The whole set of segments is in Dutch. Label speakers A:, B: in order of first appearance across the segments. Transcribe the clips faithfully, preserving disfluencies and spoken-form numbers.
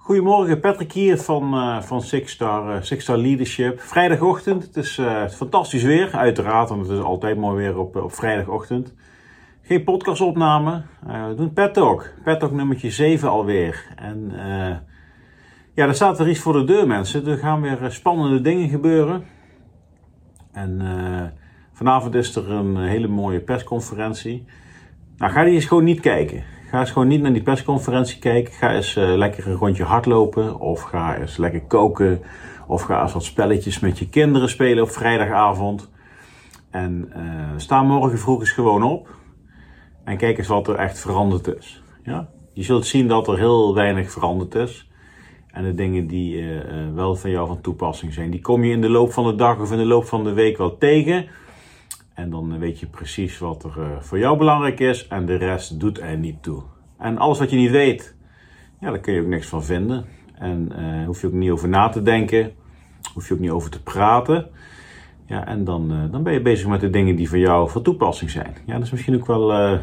A: Goedemorgen, Patrick hier van, uh, van Six Star, uh, Six Star Leadership. Vrijdagochtend, het is uh, fantastisch weer, uiteraard, want het is altijd mooi weer op, op vrijdagochtend. Geen podcastopname, uh, we doen Pet Talk. Pet Talk nummertje zeven alweer. En uh, ja, er staat weer iets voor de deur, mensen. Er gaan weer spannende dingen gebeuren. En uh, vanavond is er een hele mooie persconferentie. Nou, ga die eens gewoon niet kijken. Ga eens gewoon niet naar die persconferentie kijken. Ga eens uh, lekker een rondje hardlopen. Of ga eens lekker koken. Of ga eens wat spelletjes met je kinderen spelen op vrijdagavond. En uh, sta morgen vroeg eens gewoon op. En kijk eens wat er echt veranderd is. Ja? Je zult zien dat er heel weinig veranderd is. En de dingen die uh, uh, wel van jou van toepassing zijn. Die kom je in de loop van de dag of in de loop van de week wel tegen. En dan weet je precies wat er uh, voor jou belangrijk is. En de rest doet er niet toe. En alles wat je niet weet, ja, daar kun je ook niks van vinden. En uh, hoef je ook niet over na te denken. Hoef je ook niet over te praten. Ja, en dan, uh, dan ben je bezig met de dingen die voor jou van toepassing zijn. Ja, dat is misschien ook wel uh,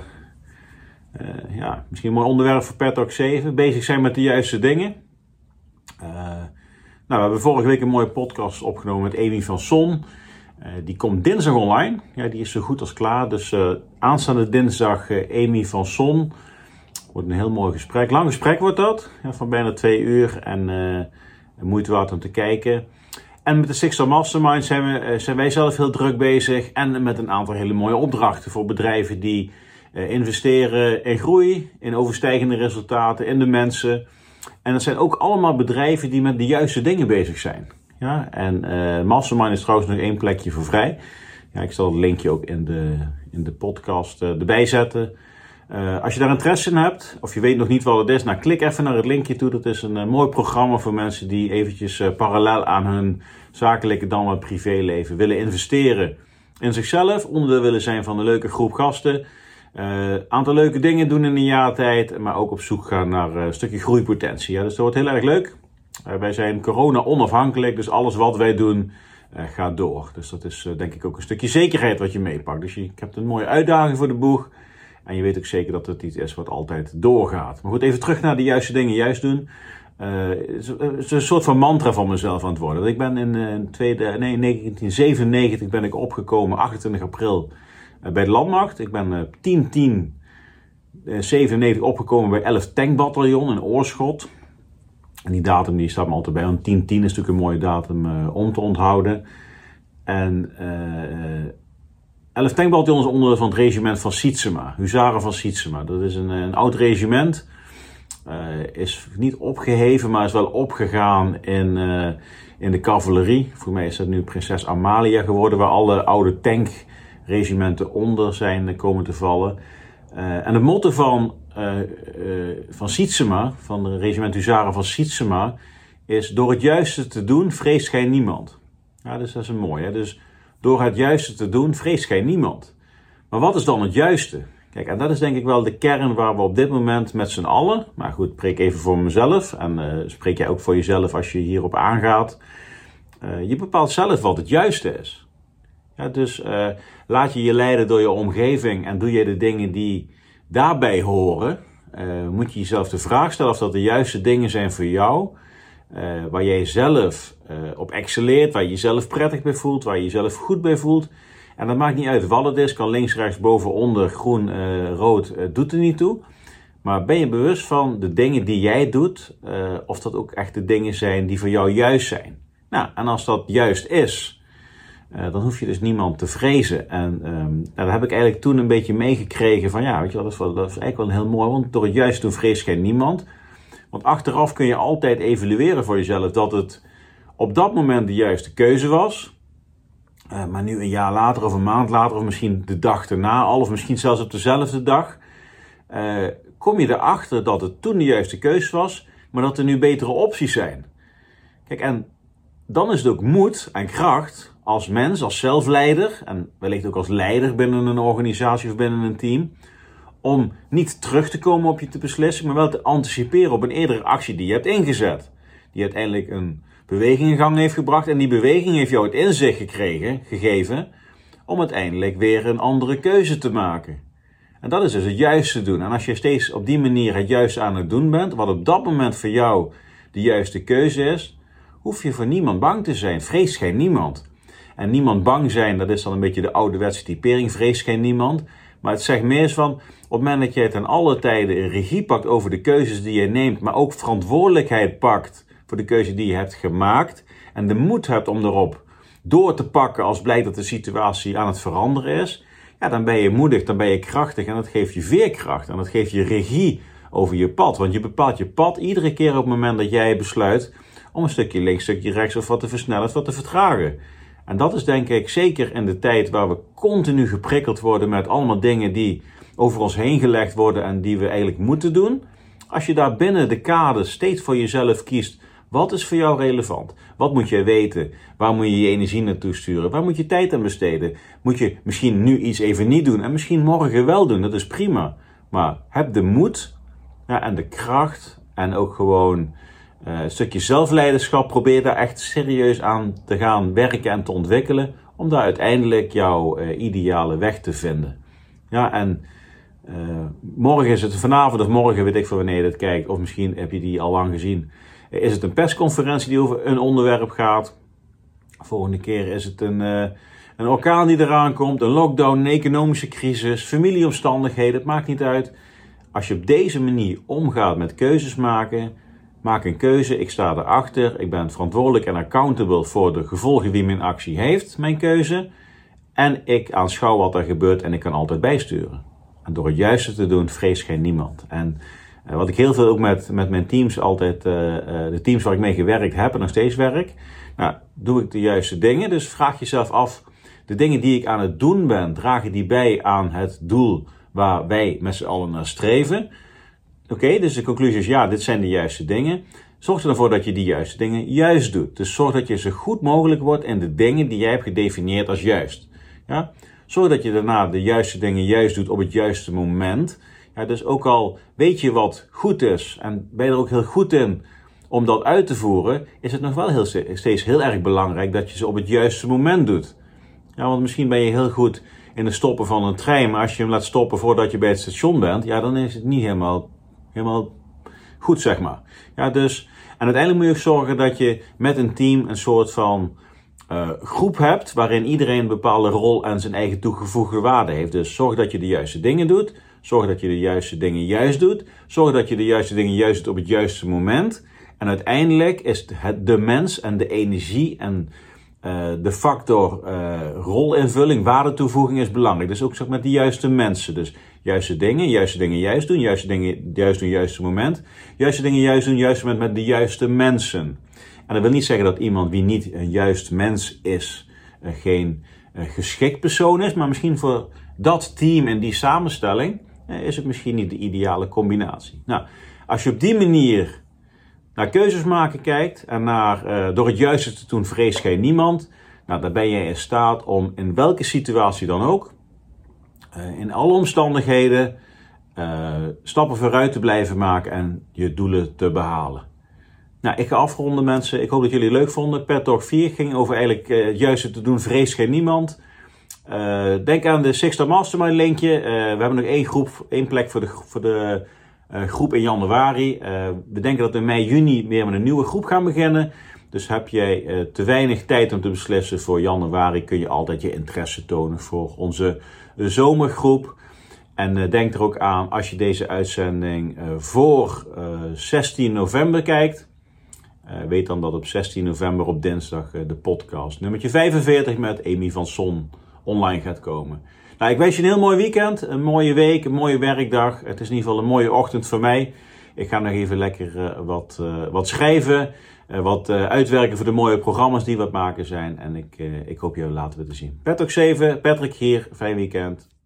A: uh, ja, misschien een mooi onderwerp voor Pet Talk zeven. Bezig zijn met de juiste dingen. Uh, nou, we hebben vorige week een mooie podcast opgenomen met Amy van Son. Uh, die komt dinsdag online. Ja, die is zo goed als klaar. Dus uh, aanstaande dinsdag uh, Amy van Son. Wordt een heel mooi gesprek. Lang gesprek wordt dat. Ja, van bijna twee uur. En uh, moeite waard om te kijken. En met de Six Star Mastermind zijn, we, uh, zijn wij zelf heel druk bezig. En met een aantal hele mooie opdrachten voor bedrijven die uh, investeren in groei. In overstijgende resultaten. In de mensen. En dat zijn ook allemaal bedrijven die met de juiste dingen bezig zijn. Ja, en uh, Mastermind is trouwens nog één plekje voor vrij. Ja, ik zal het linkje ook in de, in de podcast uh, erbij zetten. Uh, als je daar interesse in hebt, of je weet nog niet wat het is, nou klik even naar het linkje toe. Dat is een uh, mooi programma voor mensen die eventjes uh, parallel aan hun zakelijke dan wel privéleven willen investeren in zichzelf. Onderdeel willen zijn van een leuke groep gasten. Een uh, aantal leuke dingen doen in een jaar tijd, maar ook op zoek gaan naar uh, een stukje groeipotentie. Ja, dus dat wordt heel erg leuk. Uh, wij zijn corona onafhankelijk, dus alles wat wij doen uh, gaat door. Dus dat is uh, denk ik ook een stukje zekerheid wat je meepakt. Dus je, je hebt een mooie uitdaging voor de boeg. En je weet ook zeker dat het iets is wat altijd doorgaat. Maar goed, even terug naar de juiste dingen juist doen. Uh, het, is, het is een soort van mantra van mezelf aan het worden. Ik ben in, uh, in tweede, nee, negentien zevenennegentig ben ik opgekomen, achtentwintig april, uh, bij de Landmacht. Ik ben uh, tien tien zevenennegentig opgekomen bij elf Tankbataljon in Oorschot. En die datum die staat me altijd bij, want tien tien is natuurlijk een mooie datum uh, om te onthouden. En uh, elf Tankbataljon is onderdeel van het regiment van Sietsema, Huzaren van Sietsema. Dat is een, een oud regiment, uh, is niet opgeheven, maar is wel opgegaan in, uh, in de cavalerie. Voor mij is dat nu Prinses Amalia geworden, waar alle oude tankregimenten onder zijn komen te vallen. Uh, en het motto van, uh, uh, van Sietsema, van het regiment Huzaren van Sietsema, is: door het juiste te doen, vreest gij niemand. Ja, dus dat is een mooi, hè? Dus door het juiste te doen, vreest gij niemand. Maar wat is dan het juiste? Kijk, en dat is denk ik wel de kern waar we op dit moment met z'n allen, maar goed, spreek even voor mezelf en uh, spreek jij ook voor jezelf als je hierop aangaat. Uh, je bepaalt zelf wat het juiste is. Ja, dus uh, laat je je leiden door je omgeving en doe je de dingen die daarbij horen. Uh, moet je jezelf de vraag stellen of dat de juiste dingen zijn voor jou. Uh, waar jij zelf uh, op excelleert, waar je jezelf prettig bij voelt, waar je jezelf goed bij voelt. En dat maakt niet uit wat het is, kan links, rechts, boven, onder, groen, uh, rood, uh, doet er niet toe. Maar ben je bewust van de dingen die jij doet, uh, of dat ook echt de dingen zijn die voor jou juist zijn. Nou, en als dat juist is, Uh, dan hoef je dus niemand te vrezen. En um, nou, dat heb ik eigenlijk toen een beetje meegekregen van ja, weet je wel, dat is, wel, dat is eigenlijk wel heel mooi, want door het juist doen vrees geen niemand. Want achteraf kun je altijd evalueren voor jezelf dat het op dat moment de juiste keuze was. Uh, maar nu een jaar later of een maand later of misschien de dag erna al of misschien zelfs op dezelfde dag, uh, kom je erachter dat het toen de juiste keuze was, maar dat er nu betere opties zijn. Kijk, en dan is het ook moed en kracht als mens, als zelfleider en wellicht ook als leider binnen een organisatie of binnen een team, om niet terug te komen op je te beslissing, maar wel te anticiperen op een eerdere actie die je hebt ingezet. Die uiteindelijk een beweging in gang heeft gebracht en die beweging heeft jou het inzicht gekregen, gegeven om uiteindelijk weer een andere keuze te maken. En dat is dus het juiste doen. En als je steeds op die manier het juiste aan het doen bent, wat op dat moment voor jou de juiste keuze is, hoef je voor niemand bang te zijn. Vrees geen niemand. En niemand bang zijn, dat is dan een beetje de ouderwetse typering, vrees geen niemand. Maar het zegt meer van, op het moment dat jij ten alle tijde een regie pakt over de keuzes die je neemt, maar ook verantwoordelijkheid pakt voor de keuze die je hebt gemaakt, en de moed hebt om erop door te pakken als blijkt dat de situatie aan het veranderen is, ja, dan ben je moedig, dan ben je krachtig en dat geeft je veerkracht en dat geeft je regie over je pad. Want je bepaalt je pad iedere keer op het moment dat jij besluit om een stukje links, een stukje rechts of wat te versnellen of wat te vertragen. En dat is denk ik zeker in de tijd waar we continu geprikkeld worden met allemaal dingen die over ons heen gelegd worden en die we eigenlijk moeten doen. Als je daar binnen de kaders steeds voor jezelf kiest, wat is voor jou relevant? Wat moet je weten? Waar moet je je energie naartoe sturen? Waar moet je tijd aan besteden? Moet je misschien nu iets even niet doen en misschien morgen wel doen? Dat is prima. Maar heb de moed, ja, en de kracht en ook gewoon uh, een stukje zelfleiderschap. Probeer daar echt serieus aan te gaan werken en te ontwikkelen. Om daar uiteindelijk jouw uh, ideale weg te vinden. Ja, en uh, morgen is het, vanavond of morgen, weet ik veel wanneer je dit kijkt. Of misschien heb je die al lang gezien. Is het een persconferentie die over een onderwerp gaat? Volgende keer is het een, uh, een orkaan die eraan komt, een lockdown, een economische crisis, familieomstandigheden, het maakt niet uit. Als je op deze manier omgaat met keuzes maken, maak een keuze, ik sta erachter, ik ben verantwoordelijk en accountable voor de gevolgen die mijn actie heeft, mijn keuze. En ik aanschouw wat er gebeurt en ik kan altijd bijsturen. En door het juiste te doen, vrees geen niemand. En uh, wat ik heel veel ook met, met mijn teams altijd, uh, uh, de teams waar ik mee gewerkt heb en nog steeds werk, nou, doe ik de juiste dingen. Dus vraag jezelf af, de dingen die ik aan het doen ben, dragen die bij aan het doel waar wij met z'n allen naar streven? Oké, okay, dus de conclusie is ja, dit zijn de juiste dingen. Zorg er ervoor dat je die juiste dingen juist doet. Dus zorg dat je zo goed mogelijk wordt in de dingen die jij hebt gedefinieerd als juist. Ja? Zorg dat je daarna de juiste dingen juist doet op het juiste moment. Ja, dus ook al weet je wat goed is en ben je er ook heel goed in om dat uit te voeren, is het nog wel heel, steeds heel erg belangrijk dat je ze op het juiste moment doet. Ja, want misschien ben je heel goed in het stoppen van een trein, maar als je hem laat stoppen voordat je bij het station bent, ja, dan is het niet helemaal, helemaal goed, zeg maar. Ja, dus, en uiteindelijk moet je ook zorgen dat je met een team een soort van uh, groep hebt, waarin iedereen een bepaalde rol en zijn eigen toegevoegde waarde heeft. Dus zorg dat je de juiste dingen doet, zorg dat je de juiste dingen juist doet, zorg dat je de juiste dingen juist doet op het juiste moment. En uiteindelijk is het de mens en de energie en uh, de factor uh, rolinvulling, waardetoevoeging is belangrijk. Dus ook zeg maar de juiste mensen. Dus juiste dingen, juiste dingen juist doen, juiste dingen juist doen, juiste moment. Juiste dingen juist doen, juiste moment met de juiste mensen. En dat wil niet zeggen dat iemand wie niet een juist mens is, uh, geen uh, geschikt persoon is. Maar misschien voor dat team en die samenstelling uh, is het misschien niet de ideale combinatie. Nou, als je op die manier naar keuzes maken kijkt en naar uh, door het juiste te doen vrees geen niemand, nou, dan ben je in staat om in welke situatie dan ook, uh, in alle omstandigheden, uh, stappen vooruit te blijven maken en je doelen te behalen. Nou, ik ga afronden, mensen. Ik hoop dat jullie het leuk vonden. Pet Talk vier ging over eigenlijk uh, het juiste te doen vrees geen niemand. Uh, denk aan de Six Star Mastermind linkje. Uh, we hebben nog één groep, één plek voor de, voor de Uh, groep in januari. Uh, we denken dat we in mei, juni weer met een nieuwe groep gaan beginnen. Dus heb jij uh, te weinig tijd om te beslissen voor januari, kun je altijd je interesse tonen voor onze uh, zomergroep. En uh, denk er ook aan, als je deze uitzending uh, voor uh, zestien november kijkt, uh, weet dan dat op zestien november op dinsdag uh, de podcast nummertje vijfenveertig met Amy van Son online gaat komen. Nou, ik wens je een heel mooi weekend, een mooie week, een mooie werkdag. Het is in ieder geval een mooie ochtend voor mij. Ik ga nog even lekker uh, wat, uh, wat schrijven, uh, wat uh, uitwerken voor de mooie programma's die we aan het maken zijn. En ik, uh, ik hoop jou later weer te zien. Pet Talk zeven, Patrick hier, fijn weekend.